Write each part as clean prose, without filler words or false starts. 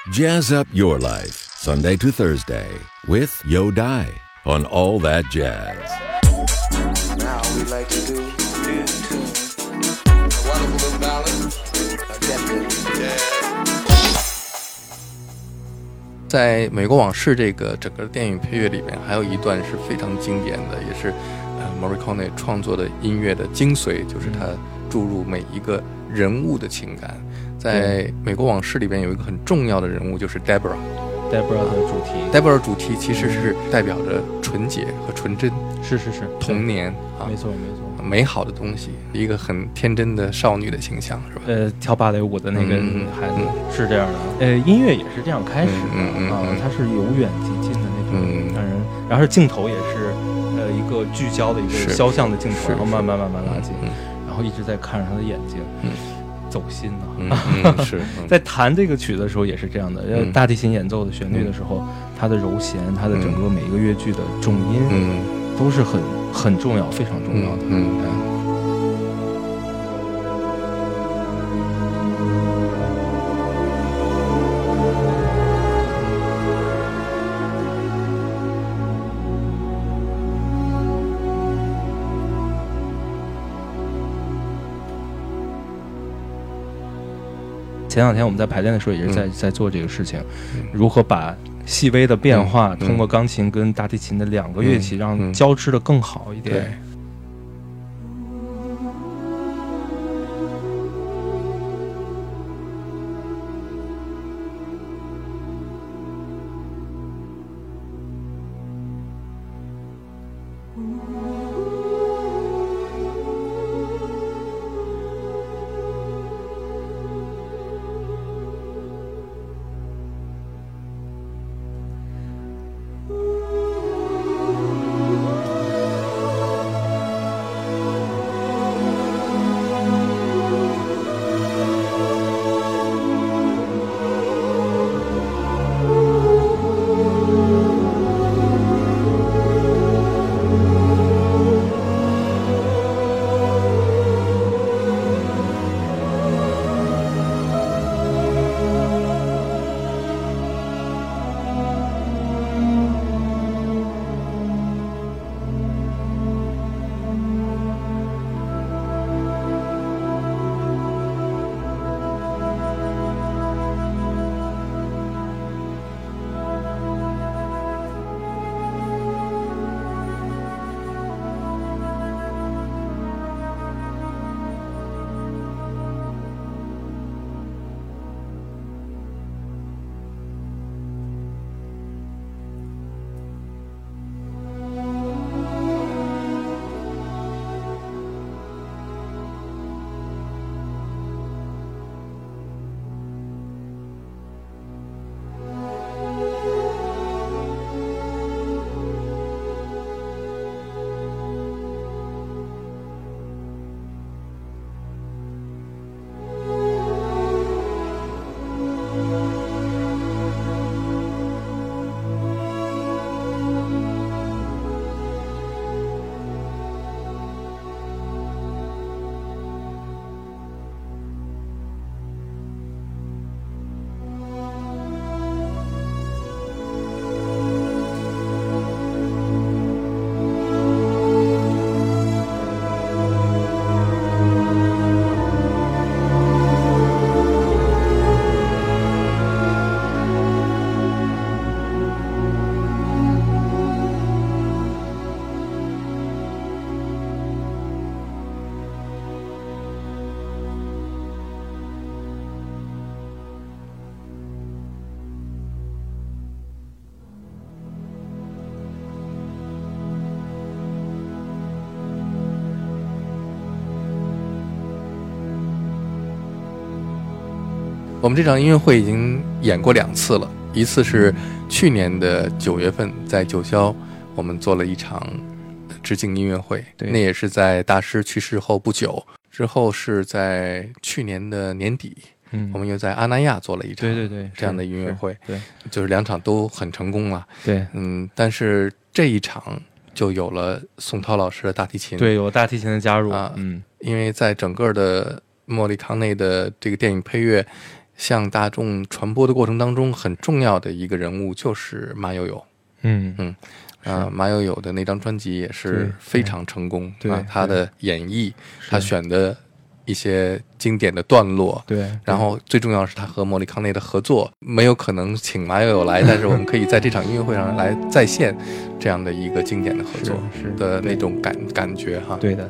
Jazz up your life, Sunday to Thursday, with Yo Dai on All That Jazz. Now we like to do a wonderful little ballad, a definite. 在《美国往事》这个整个电影配乐里面，还有一段是非常经典的，也是Morricone 创作的音乐的精髓，就是他注入每一个人物的情感。在《美国往事》里边有一个很重要的人物，就是 Deborah 的主题。 Deborah 主题其实是代表着纯洁和纯真， 是童年啊， 没错， 美好的东西，一个很天真的少女的形象，是吧？ 跳芭蕾舞的那个孩子是这样的。音乐也是这样开始的它是由远及近的那种让人，然后镜头也是一个聚焦的一个肖像的镜头，然后慢慢拉近，然后一直在看着他的眼睛。走心是在弹这个曲的时候也是这样的，大提琴演奏的旋律的时候，它的柔弦，它的整个每一个乐句的重音，都是很重要，非常重要的。前两天我们在排练的时候也是在做这个事情，如何把细微的变化通过钢琴跟大提琴的两个乐器让交织的更好一点。 我们这场音乐会已经演过2次了，一次是去年的9月份，在九霄我们做了一场致敬音乐会，那也是在大师去世后不久之后，是在去年的年底，我们又在阿那亚做了一场这样的音乐会，对，就是2场都很成功了， 对， 但是这一场就有了宋涛老师的大提琴， 对，有大提琴的加入因为在整个的莫里康内的这个电影配乐向大众传播的过程当中很重要的一个人物就是马友友。马友友的那张专辑也是非常成功，他的演绎，他选的一些经典的段落，然后最重要是他和莫里康内的合作，没有可能请马友友来，但是我们可以在这场音乐会上来再现这样的一个经典的合作的那种感觉哈。 对的，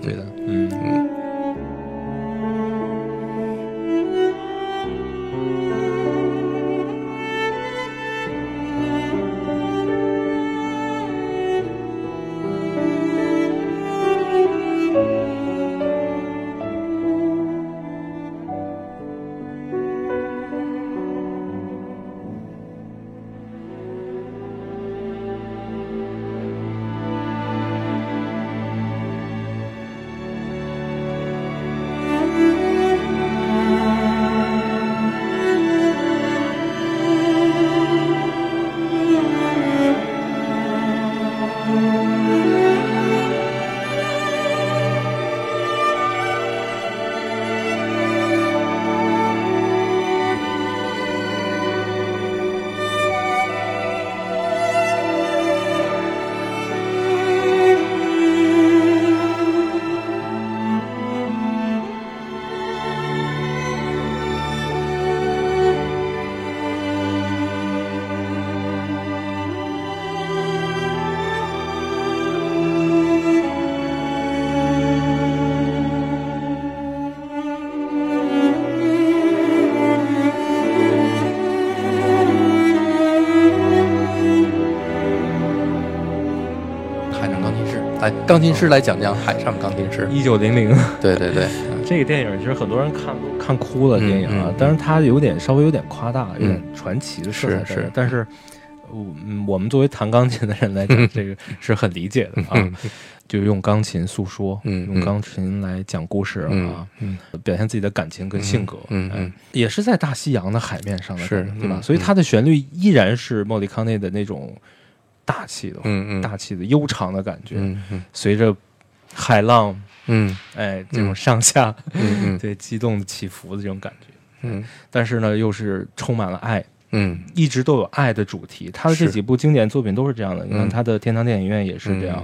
钢琴师来讲讲海上钢琴师 1900， 对， 这个电影其实很多人看哭了电影啊，当然它稍微有点夸大，有点传奇的色彩，但是我们作为弹钢琴的人来讲，这个是很理解的啊，就用钢琴诉说，用钢琴来讲故事啊，表现自己的感情跟性格，也是在大西洋的海面上的，对吧？所以它的旋律依然是莫里康内的那种大气的悠长的感觉，随着海浪，这种上下，对激动的起伏的这种感觉，但是呢，又是充满了爱，一直都有爱的主题。他的这几部经典作品都是这样的，你看他的《天堂电影院》也是这样，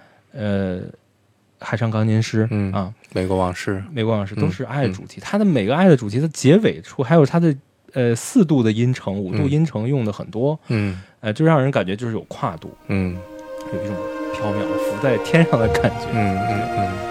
海上钢琴师啊， 美国往事都是爱主题。他的每个爱的主题的结尾处，还有他的4度的音程、5度音程用的很多，就让人感觉就是有跨度，有一种缥缈浮在天上的感觉，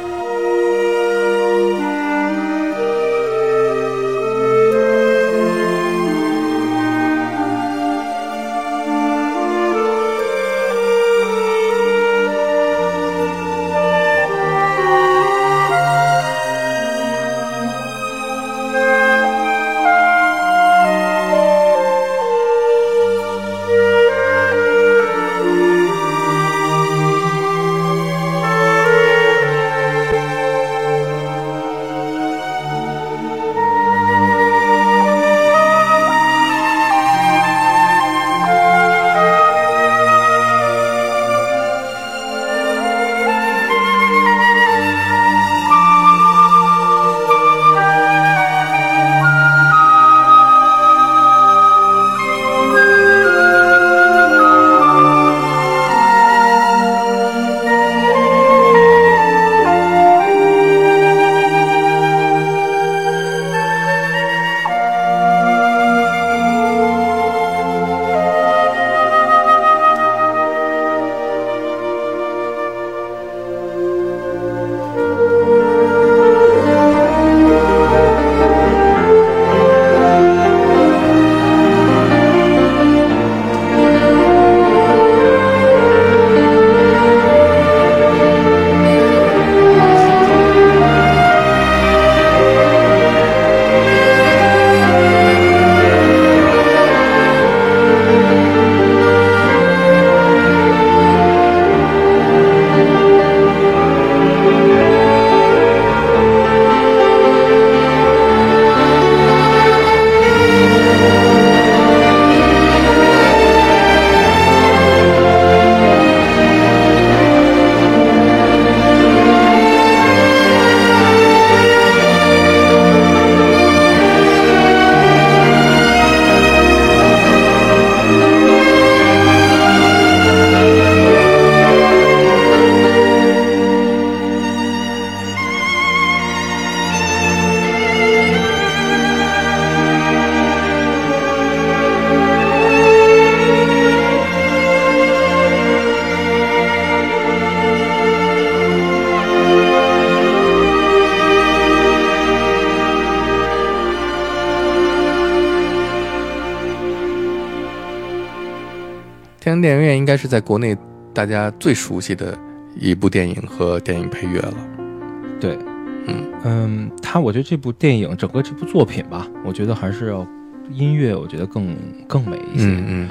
天堂电影院应该是在国内大家最熟悉的一部电影和电影配乐了。 对，我觉得这部电影整个这部作品吧，我觉得还是要音乐，我觉得更美一些。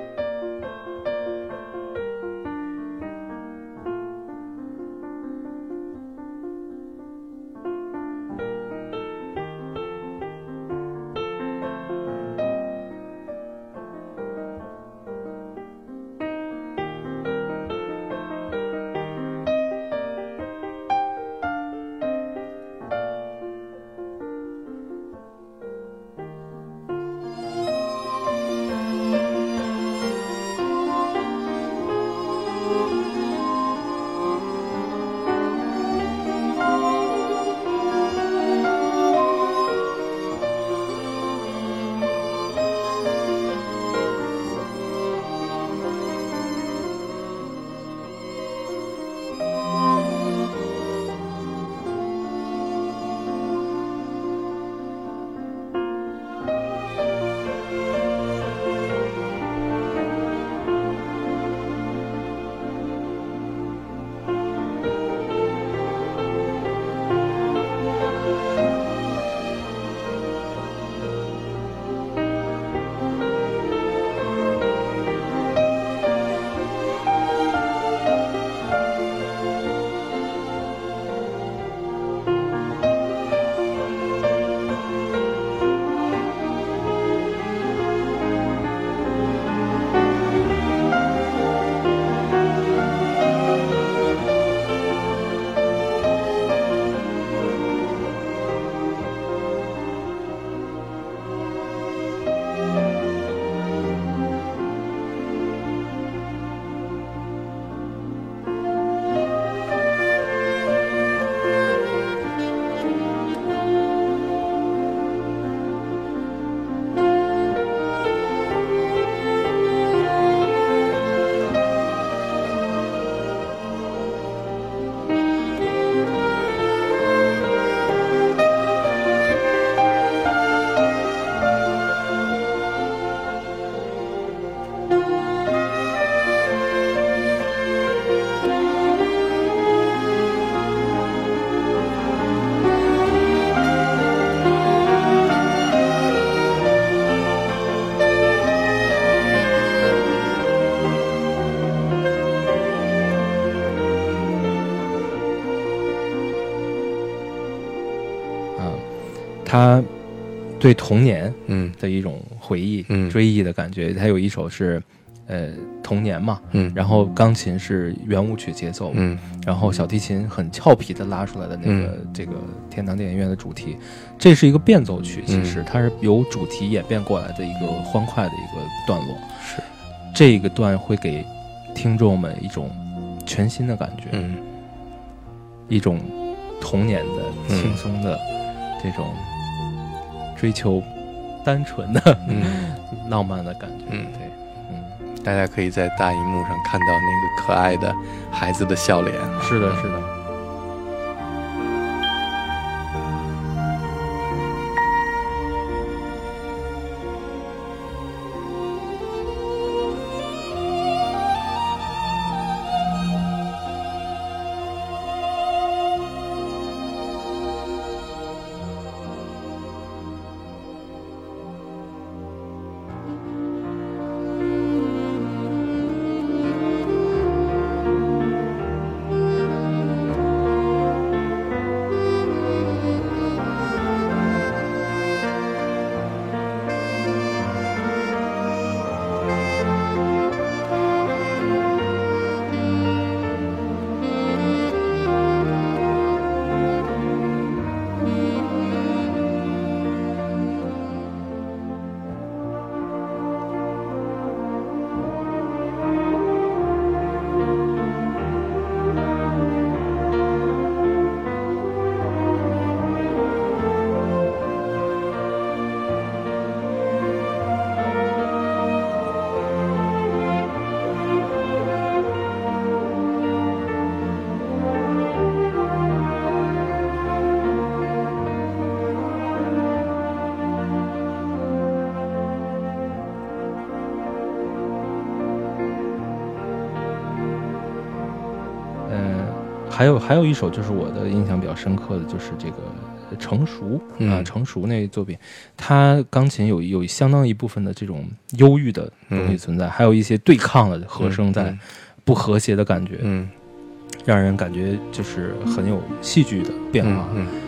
他对童年的一种回忆、追忆的感觉。他有一首是童年嘛，然后钢琴是圆舞曲节奏，然后小提琴很俏皮的拉出来的那个这个天堂电影院的主题，这是一个变奏曲，其实它是由主题演变过来的一个欢快的一个段落， 是这个段会给听众们一种全新的感觉，一种童年的轻松的这种追求单纯的浪漫的感觉，对， 大家可以在大荧幕上看到那个可爱的孩子的笑脸。 是的，是的。 还有一首就是我的印象比较深刻的就是这个成熟成熟那作品，它钢琴有相当一部分的这种忧郁的东西存在，还有一些对抗的和声在，不和谐的感觉，让人感觉就是很有戏剧的变化，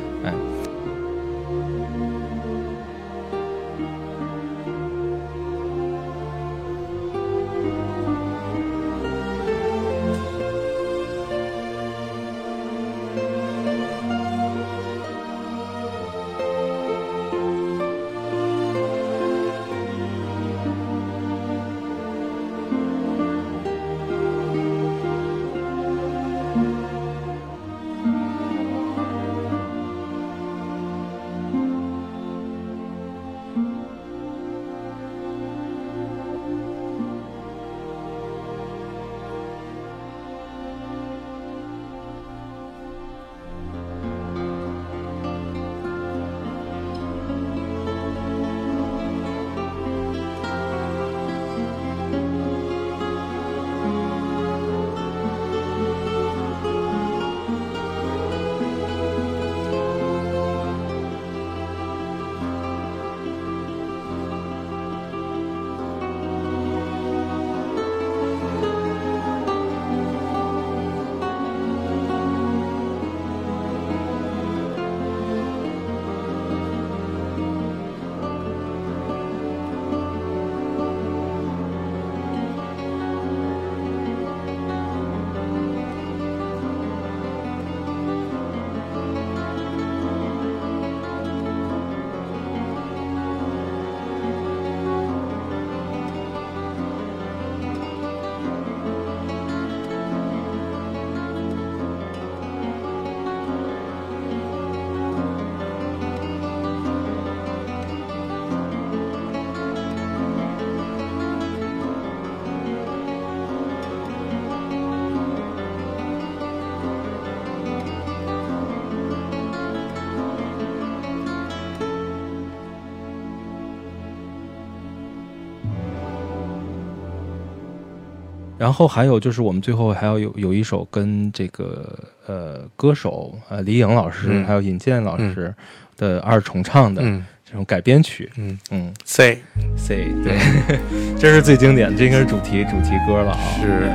然后还有就是我们最后还要有一首跟这个歌手李颖老师还有尹健老师的二重唱的这种改编曲 ，Say 对，这是最经典的，这应该是主题歌了啊， 是。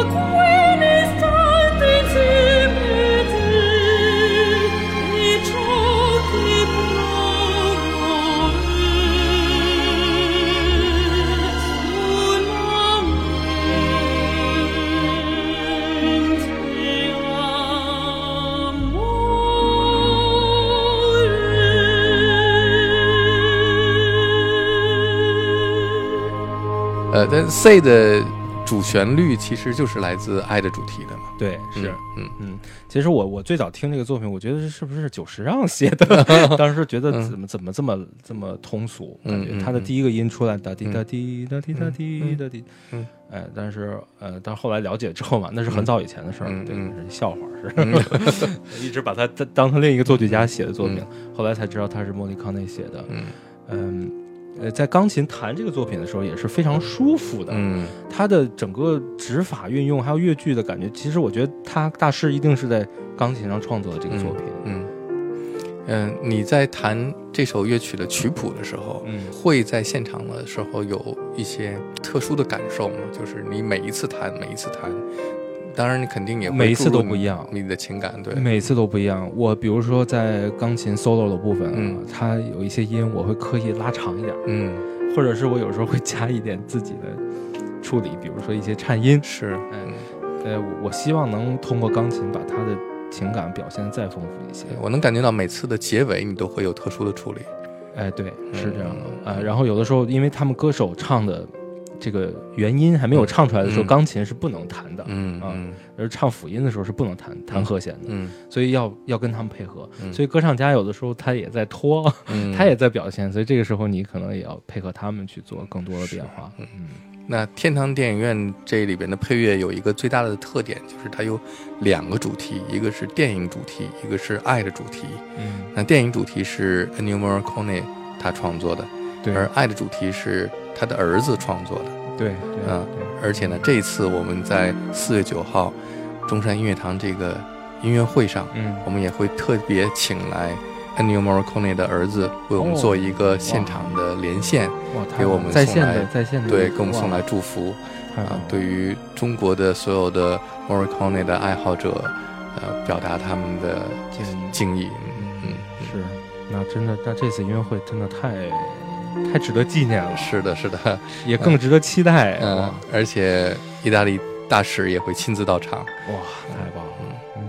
但 C 的主旋律其实就是来自爱的主题的嘛。 对，是，其实我最早听这个作品，我觉得是不是久石让写的？当时觉得怎么这么通俗，感觉他的第一个音出来哒滴哒滴哒滴哒滴哒滴，但是后来了解之后嘛，那是很早以前的事儿，对，是笑话，是一直把他当成另一个作曲家写的作品，后来才知道他是莫里康内写的，在钢琴弹这个作品的时候也是非常舒服的，他的整个指法运用还有乐句的感觉，其实我觉得他大师一定是在钢琴上创作的这个作品。 你在弹这首乐曲的曲谱的时候，会在现场的时候有一些特殊的感受吗？就是你每一次弹，当然你肯定也会每一次都不一样， 你的情感，对， 每一次都不一样。我比如说在钢琴 solo 的部分，它有一些音我会刻意拉长一点，或者是我有时候会加一点自己的处理，比如说一些颤音， 是， 我希望能通过钢琴把它的情感表现再丰富一些。 我能感觉到每次的结尾你都会有特殊的处理。 对，是这样的。然后有的时候因为他们歌手唱的这个原音还没有唱出来的时候，钢琴是不能弹的，而唱辅音的时候是不能弹和弦的，所以要跟他们配合，所以歌唱家有的时候他也在拖，他也在表现，所以这个时候你可能也要配合他们去做更多的变化。 那天堂电影院这里边的配乐有一个最大的特点，就是它有两个主题，一个是电影主题，一个是爱的主题。那电影主题是 Ennio Morricone 他创作的，而爱的主题是他的儿子创作的。 对， 而且呢，这一次我们在4月9号中山音乐堂这个音乐会上，我们也会特别请来 Ennio Morricone 的儿子为我们做一个现场的连线，给我们在送来线的， 对，给我们送来祝福。对于中国的所有的 Morricone 的爱好者，表达他们的敬意。 是，那真的，那这次音乐会真的太值得纪念了。 是的， 也更值得期待。 而且意大利大使也会亲自到场。 哇，太棒了。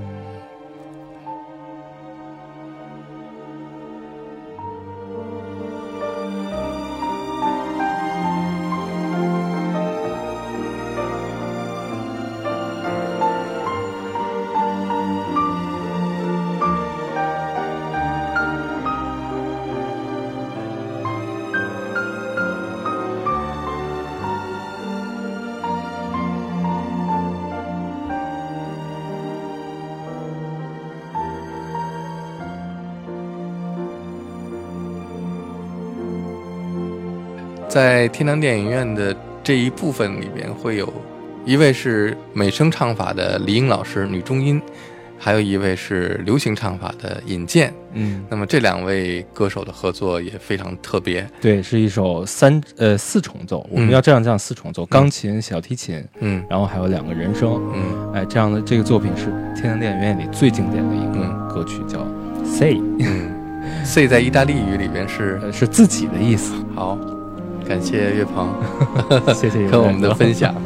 在天堂电影院的这一部分里边，会有一位是美声唱法的李英老师，女中音，还有一位是流行唱法的尹健。那么这两位歌手的合作也非常特别。 对，是一首四重奏，我们要这样四重奏，钢琴、小提琴，然后还有两个人声，这样的这个作品是天堂电影院里最经典的一个歌曲，叫 Say。Say 在意大利语里边是自己的意思。 好。感谢岳鹏， 谢谢跟我们的分享。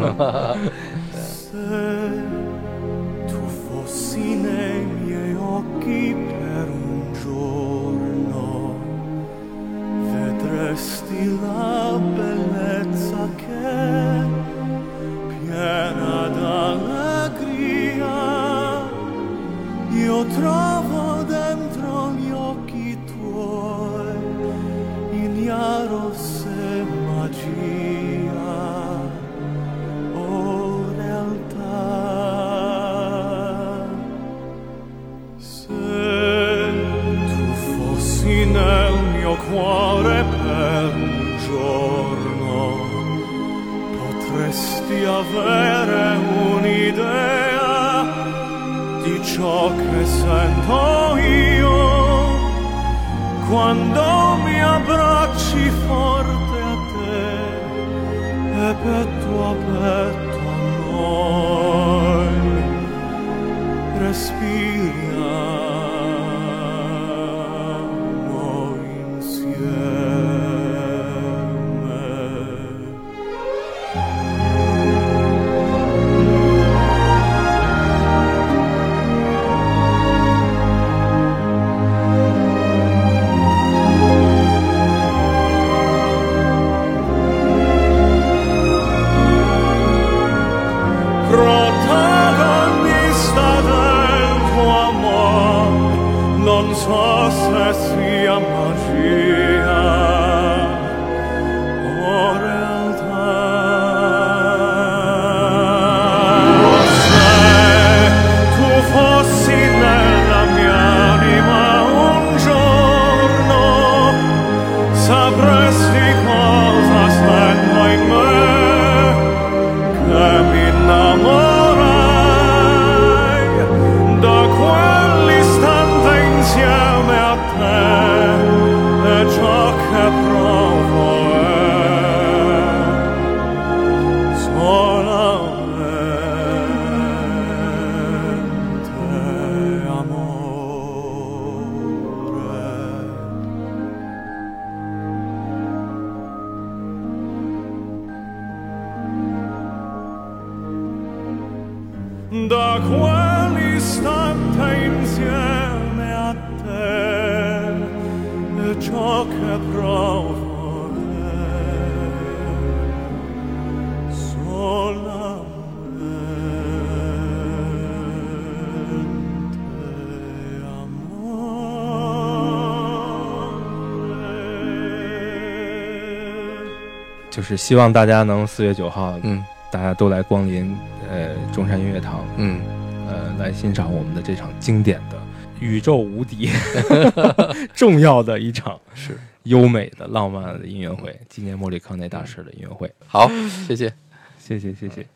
Cuore per un giorno potresti avere un'idea di ciò che sento io quando mi abbracci forte a te e petto a petto a noi. protagonista del tuo amor, non so se sia magia o realtà. Se tu fossi nella mia anima un giorno, sapresti cosa sento in me, che mi innamorai da quell'istante insieme a te, e ciò che provo è solamente amore. Da quell'istante insieme a te, e ciò che provo è solamente amore。 就是希望大家能4月9号，大家都来光临中山音乐堂，来欣赏我们的这场经典的、宇宙无敌重要的一场是优美的、浪漫的音乐会，纪念莫里康内大师的音乐会。 好，谢谢。 谢谢。